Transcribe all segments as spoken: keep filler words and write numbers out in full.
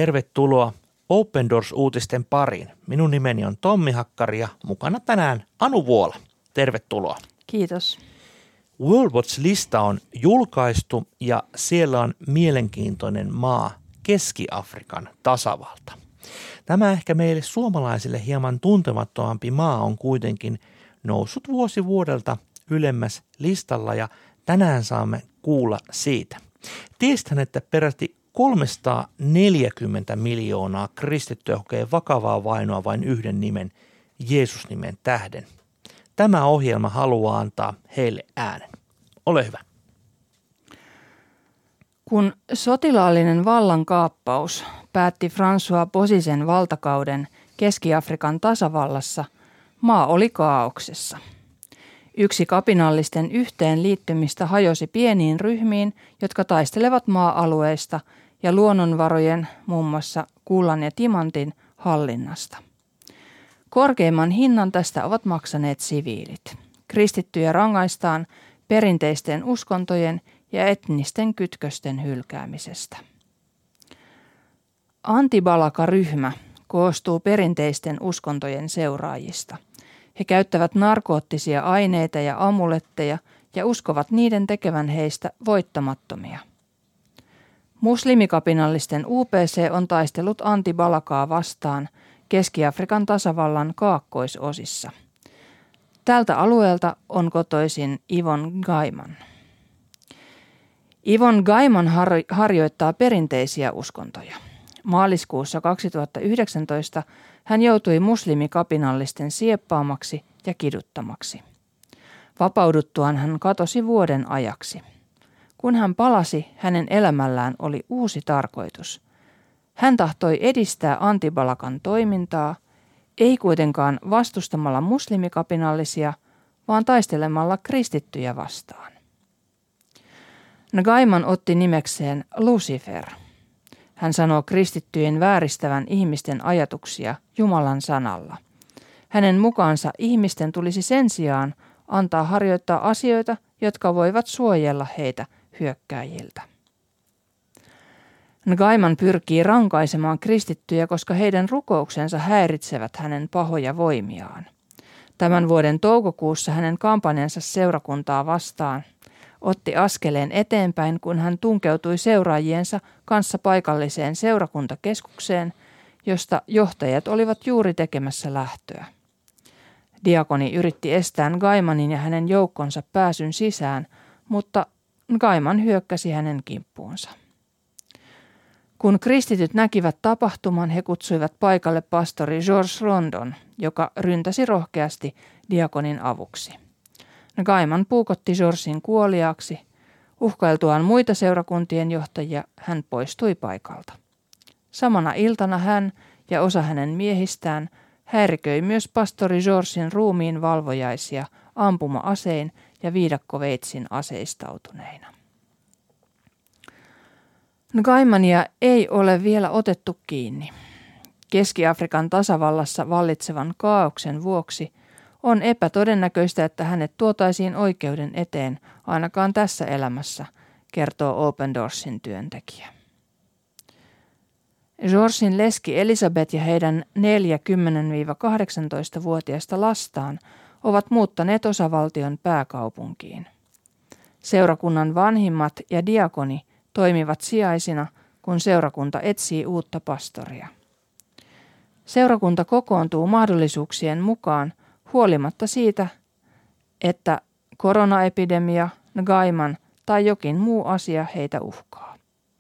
Tervetuloa Open Doors-uutisten pariin. Minun nimeni on Tommi Hakkari ja mukana tänään Anu Vuola. Tervetuloa. Kiitos. World Watch-lista on julkaistu ja siellä on mielenkiintoinen maa, Keski-Afrikan tasavalta. Tämä ehkä meille suomalaisille hieman tuntemattomampi maa on kuitenkin noussut vuosi vuodelta ylemmäs listalla ja tänään saamme kuulla siitä. Tiesithän, että peräti kolmesataaneljäkymmentä miljoonaa kristittyä kokee vakavaa vainoa vain yhden nimen, Jeesus-nimen tähden. Tämä ohjelma haluaa antaa heille äänen. Ole hyvä. Kun sotilaallinen vallankaappaus päätti François Bozizén valtakauden Keski-Afrikan tasavallassa, maa oli kaauksessa. Yksi kapinallisten yhteenliittymistä hajosi pieniin ryhmiin, jotka taistelevat maa-alueista ja luonnonvarojen, muun muassa kullan ja timantin, hallinnasta. Korkeimman hinnan tästä ovat maksaneet siviilit. Kristittyjä rangaistaan perinteisten uskontojen ja etnisten kytkösten hylkäämisestä. Antibalaka-ryhmä koostuu perinteisten uskontojen seuraajista. He käyttävät narkoottisia aineita ja amuletteja ja uskovat niiden tekevän heistä voittamattomia. Muslimikapinallisten U P C on taistellut antibalakaa vastaan Keski-Afrikan tasavallan kaakkoisosissa. Tältä alueelta on kotoisin Yvonne Gaiman. Yvonne Gaiman har- harjoittaa perinteisiä uskontoja. Maaliskuussa kaksituhattayhdeksäntoista hän joutui muslimikapinallisten sieppaamaksi ja kiduttamaksi. Vapauduttuaan hän katosi vuoden ajaksi. Kun hän palasi, hänen elämällään oli uusi tarkoitus. Hän tahtoi edistää antibalakan toimintaa, ei kuitenkaan vastustamalla muslimikapinallisia, vaan taistelemalla kristittyjä vastaan. Gaiman otti nimekseen Lucifer. Hän sanoo kristittyjen vääristävän ihmisten ajatuksia Jumalan sanalla. Hänen mukaansa ihmisten tulisi sen sijaan antaa harjoittaa asioita, jotka voivat suojella heitä hyökkääjiltä. Gaiman pyrkii rankaisemaan kristittyjä, koska heidän rukouksensa häiritsevät hänen pahoja voimiaan. Tämän vuoden toukokuussa hänen kampanjansa seurakuntaa vastaan otti askeleen eteenpäin, kun hän tunkeutui seuraajiensa kanssa paikalliseen seurakuntakeskukseen, josta johtajat olivat juuri tekemässä lähtöä. Diakoni yritti estää Gaimanin ja hänen joukkonsa pääsyn sisään, mutta Gaiman hyökkäsi hänen kimppuunsa. Kun kristityt näkivät tapahtuman, he kutsuivat paikalle pastori George Rondon, joka ryntäsi rohkeasti diakonin avuksi. Gaiman puukotti Georgein kuoliaaksi. Uhkailtuaan muita seurakuntien johtajia hän poistui paikalta. Samana iltana hän ja osa hänen miehistään häiriköi myös pastori Georgein ruumiin valvojaisia ampuma-asein ja viidakkoveitsin aseistautuneina. Gaimania ei ole vielä otettu kiinni. Keski-Afrikan tasavallassa vallitsevan kaaoksen vuoksi on epätodennäköistä, että hänet tuotaisiin oikeuden eteen ainakaan tässä elämässä, kertoo Open Doorsin työntekijä. Georgein leski Elisabeth ja heidän neljä kymmenen–kahdeksantoista-vuotiaista lastaan ovat muuttaneet osavaltion pääkaupunkiin. Seurakunnan vanhimmat ja diakoni toimivat sijaisina, kun seurakunta etsii uutta pastoria. Seurakunta kokoontuu mahdollisuuksien mukaan huolimatta siitä, että koronaepidemia, Gaiman tai jokin muu asia heitä uhkaa.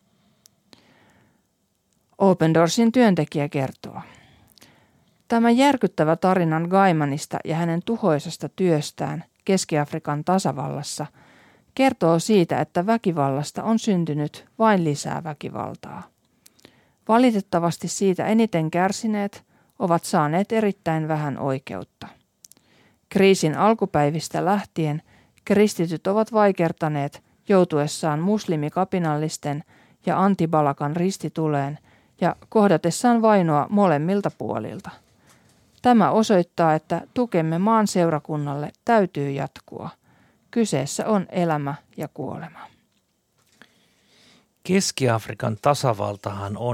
Open Doorsin työntekijä kertoo. Tämä järkyttävä tarinan Gaimanista ja hänen tuhoisasta työstään Keski-Afrikan tasavallassa kertoo siitä, että väkivallasta on syntynyt vain lisää väkivaltaa. Valitettavasti siitä eniten kärsineet ovat saaneet erittäin vähän oikeutta. Kriisin alkupäivistä lähtien kristityt ovat vaikertaneet joutuessaan muslimikapinallisten ja antibalakan ristituleen ja kohdatessaan vainoa molemmilta puolilta. Tämä osoittaa, että tukemme maan seurakunnalle täytyy jatkua. Kyseessä on elämä ja kuolema. Keski-Afrikan tasavaltahan on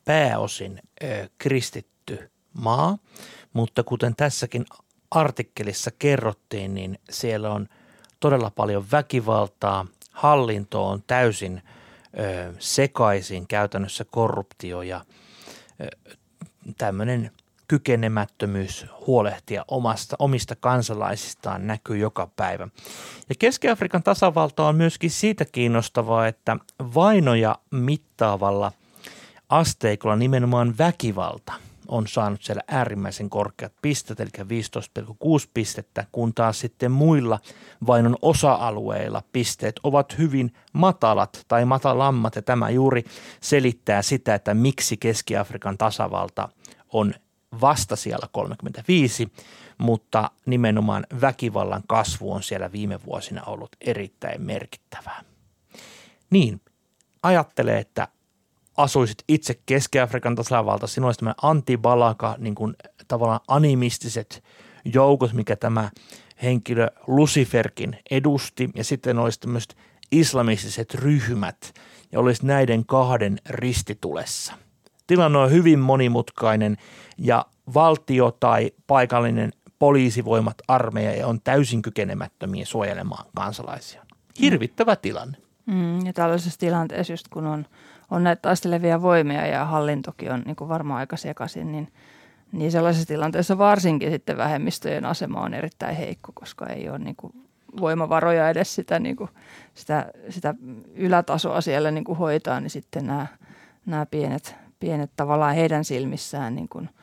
pääosin ö, kristitty maa, mutta kuten tässäkin artikkelissa kerrottiin, niin siellä on todella paljon väkivaltaa, hallinto on täysin ö, sekaisin, käytännössä korruptio ja ö, tämmöinen kykenemättömyys huolehtia omasta, omista kansalaisistaan näkyy joka päivä. Ja Keski-Afrikan tasavalta on myöskin siitä kiinnostavaa, että vainoja mittaavalla asteikolla nimenomaan väkivalta on saanut siellä äärimmäisen korkeat pistet, eli viisitoista pilkku kuusi pistettä, kun taas sitten muilla vainon osa-alueilla pisteet ovat hyvin matalat tai matalammat, ja tämä juuri selittää sitä, että miksi Keski-Afrikan tasavalta on vasta siellä kolmekymmentäviisi, mutta nimenomaan väkivallan kasvu on siellä viime vuosina ollut erittäin merkittävää. Niin, ajattele, että asuisit itse Keski-Afrikan tasavalta, sinulla olisi tämmöinen anti-balaka, niin kuin tavallaan animistiset joukot, mikä tämä henkilö Luciferkin edusti, ja sitten olisi tämmöiset islamistiset ryhmät, ja olisi näiden kahden ristitulessa. Tilanne on hyvin monimutkainen, ja valtio tai paikallinen poliisivoimat, armeija on täysin kykenemättömiä suojelemaan kansalaisia. Hirvittävä tilanne. Mm, ja tällaisessa tilanteessa, just kun on, on näitä taistelevia voimia ja hallintokin on niin kuin varmaan aika sekaisin, niin, niin sellaisessa tilanteessa varsinkin sitten vähemmistöjen asema on erittäin heikko, koska ei ole niin kuin voimavaroja edes sitä, niin kuin, sitä, sitä ylätasoa siellä niin kuin hoitaa, niin sitten nämä, nämä pienet, pienet tavallaan heidän silmissään, niin kuin,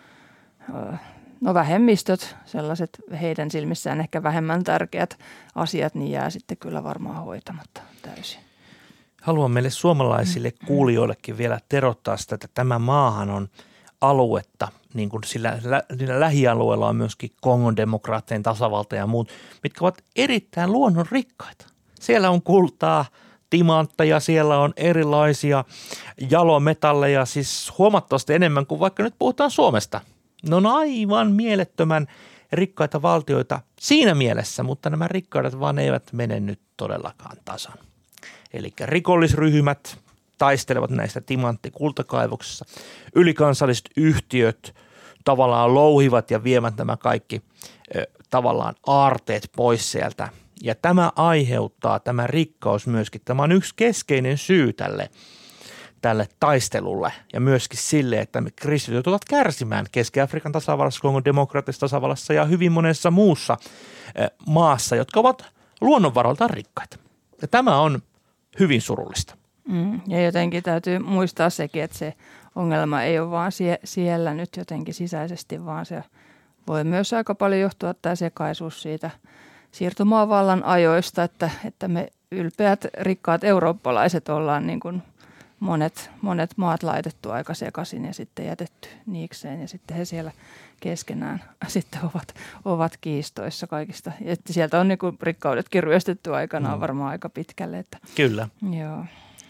no vähemmistöt, sellaiset heidän silmissään ehkä vähemmän tärkeät asiat, niin jää sitten kyllä varmaan hoitamatta täysin. Haluan meille suomalaisille kuulijoillekin vielä terottaa sitä, että tämä maahan on aluetta, niin kuin sillä, sillä lähialueella on myöskin Kongon demokraattien tasavalta ja muut, mitkä ovat erittäin luonnonrikkaita. Siellä on kultaa, timantteja, siellä on erilaisia jalometalleja, siis huomattavasti enemmän kuin vaikka nyt puhutaan Suomesta. Ne on aivan mielettömän rikkaita valtioita siinä mielessä, mutta nämä rikkaudet vaan eivät mene nyt todellakaan tasan. Eli rikollisryhmät taistelevat näistä timanttikultakaivoksissa. Ylikansalliset yhtiöt tavallaan louhivat ja viemät nämä kaikki ö, tavallaan aarteet pois sieltä. Ja tämä aiheuttaa, tämä rikkaus myöskin, tämä on yksi keskeinen syy tälle, tälle taistelulle ja myöskin sille, että kristityt ovat kärsimään Keski-Afrikan tasavallassa, Kongon demokraattisessa tasavallassa ja hyvin monessa muussa maassa, jotka ovat luonnonvaroiltaan rikkaita. Ja tämä on hyvin surullista. Mm, ja jotenkin täytyy muistaa sekin, että se ongelma ei ole vaan sie- siellä nyt jotenkin sisäisesti, vaan se voi myös aika paljon johtua tämä sekaisuus siitä siirtomaavallan ajoista, että, että me ylpeät, rikkaat eurooppalaiset ollaan niin kuin monet, monet maat laitettu aika sekaisin ja sitten jätetty niikseen ja sitten he siellä keskenään sitten ovat, ovat kiistoissa kaikista. Että sieltä on niin kuin rikkaudetkin ryöstetty aikanaan mm. varmaan aika pitkälle. Että, Kyllä. Joo.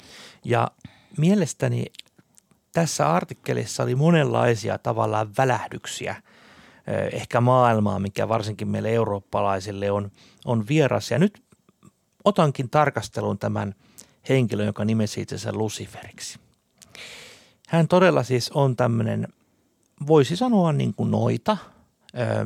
Ja mielestäni tässä artikkelissa oli monenlaisia tavallaan välähdyksiä ehkä maailmaa, mikä varsinkin meille eurooppalaisille on, on vieras. Ja nyt otankin tarkasteluun tämän henkilön, joka nimesi itsensä Luciferiksi. Hän todella siis on tämmöinen, voisi sanoa niin kuin noita ö,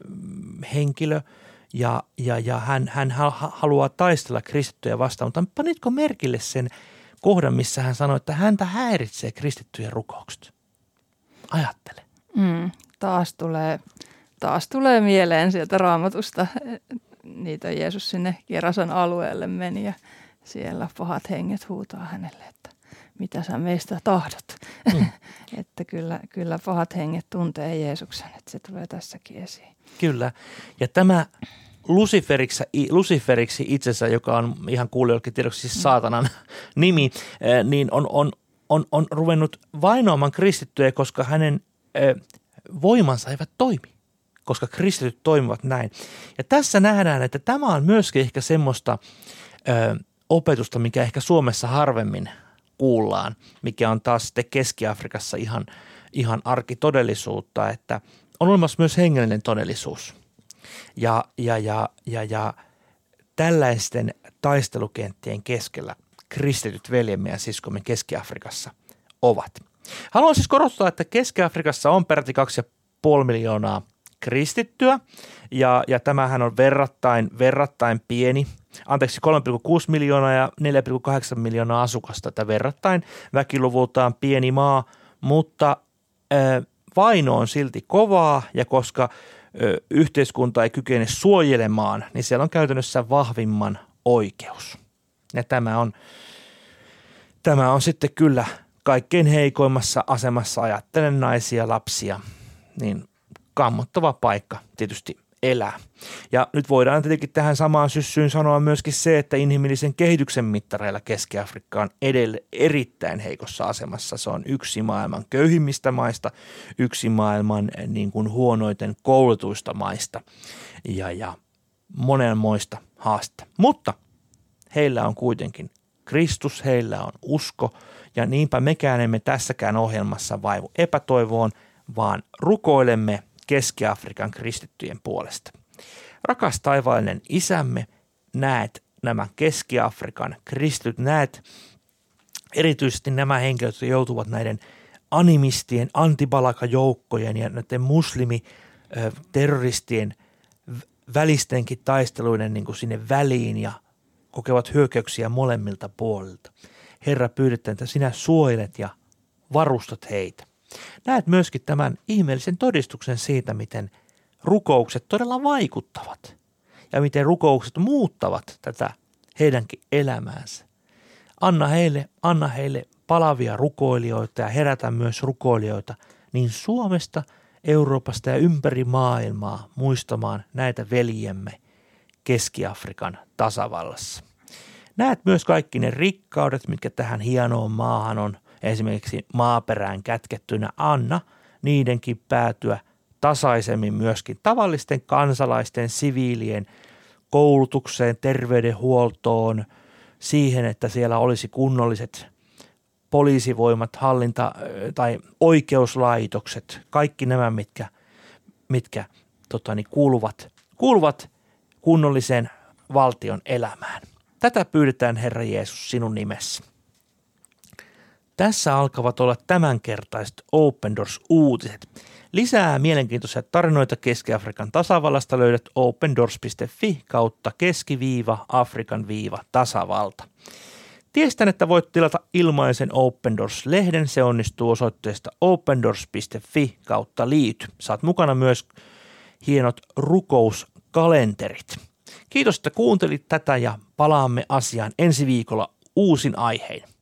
henkilö, ja, ja, ja hän, hän haluaa taistella kristittyjä vastaan. Mutta panitko merkille sen kohdan, missä hän sanoi, että häntä häiritsee kristittyjen rukoukset? Ajattele. Mm, taas, tulee, taas tulee mieleen sieltä Raamatusta. Niitä Jeesus sinne Gerasan alueelle meni ja siellä pahat henget huutaa hänelle, että mitä sä meistä tahdot. Mm. Että kyllä, kyllä pahat henget tuntee Jeesuksen, että se tulee tässäkin esiin. Kyllä. Ja tämä Luciferiksi, Luciferiksi itsensä, joka on ihan kuulijoillekin tiedoksi siis saatanan nimi, niin on, on, on, on ruvennut vainoamaan kristittyjä, koska hänen voimansa eivät toimi, koska kristityt toimivat näin. Ja tässä nähdään, että tämä on myöskin ehkä semmoista ö, opetusta, mikä ehkä Suomessa harvemmin kuullaan, mikä on taas sitten Keski-Afrikassa ihan, ihan arkitodellisuutta, että on olemassa myös hengellinen todellisuus. Ja, ja, ja, ja, ja tällaisten taistelukenttien keskellä kristityt veljemme ja siskomme Keski-Afrikassa ovat. Haluan siis korostaa, että Keski-Afrikassa on peräti kaksi pilkku viisi miljoonaa kristittyä ja, ja tämähän on verrattain, verrattain pieni, anteeksi kolme pilkku kuusi miljoonaa ja neljä pilkku kahdeksan miljoonaa asukasta, että verrattain väkiluvultaan pieni maa, mutta äh, vaino on silti kovaa ja koska äh, yhteiskunta ei kykene suojelemaan, niin siellä on käytännössä vahvimman oikeus. Ja tämä on, tämä on sitten kyllä kaikkein heikoimmassa asemassa, ajattelen naisia, lapsia, niin kammottava paikka tietysti elää. Ja nyt voidaan tietenkin tähän samaan syssyyn sanoa myöskin se, että inhimillisen kehityksen mittareilla Keski-Afrikka on edelleen erittäin heikossa asemassa. Se on yksi maailman köyhimmistä maista, yksi maailman niin kuin huonoiten koulutuista maista ja, ja monenmoista haastetta. Mutta heillä on kuitenkin Kristus, heillä on usko ja niinpä mekään emme tässäkään ohjelmassa vaivu epätoivoon, vaan rukoilemme Keski-Afrikan kristittyjen puolesta. Rakas taivaallinen Isämme, näet nämä Keski-Afrikan kristityt, näet erityisesti nämä henkilöt, jotka joutuvat näiden animistien, antibalaka-joukkojen ja näiden muslimiterroristien välistenkin taisteluiden niin kuin sinne väliin ja kokevat hyökkäyksiä molemmilta puolilta. Herra, pyydetään, että sinä suojelet ja varustat heitä. Näet myöskin tämän ihmeellisen todistuksen siitä, miten rukoukset todella vaikuttavat ja miten rukoukset muuttavat tätä heidänkin elämäänsä. Anna heille, anna heille palavia rukoilijoita ja herätä myös rukoilijoita niin Suomesta, Euroopasta ja ympäri maailmaa muistamaan näitä veljemme Keski-Afrikan tasavallassa. Näet myös kaikki ne rikkaudet, mitkä tähän hienoon maahan on esimerkiksi maaperään kätkettynä. Anna niidenkin päätyä tasaisemmin myöskin tavallisten kansalaisten, siviilien koulutukseen, terveydenhuoltoon, siihen, että siellä olisi kunnolliset poliisivoimat, hallinta- tai oikeuslaitokset, kaikki nämä, mitkä, mitkä totani, kuuluvat, kuuluvat kunnolliseen valtion elämään. Tätä pyydetään, Herra Jeesus, sinun nimessä. Tässä alkavat olla tämänkertaiset Open Doors-uutiset. Lisää mielenkiintoisia tarinoita Keski-Afrikan tasavallasta löydät opendoors piste fi kautta keskiviiva Afrikan viiva tasavalta. Tiestän, että voit tilata ilmaisen Open Doors-lehden. Se onnistuu osoitteesta opendoors piste fi kautta liity. Saat mukana myös hienot rukouskalenterit. Kiitos, että kuuntelit tätä ja palaamme asiaan ensi viikolla uusin aihein.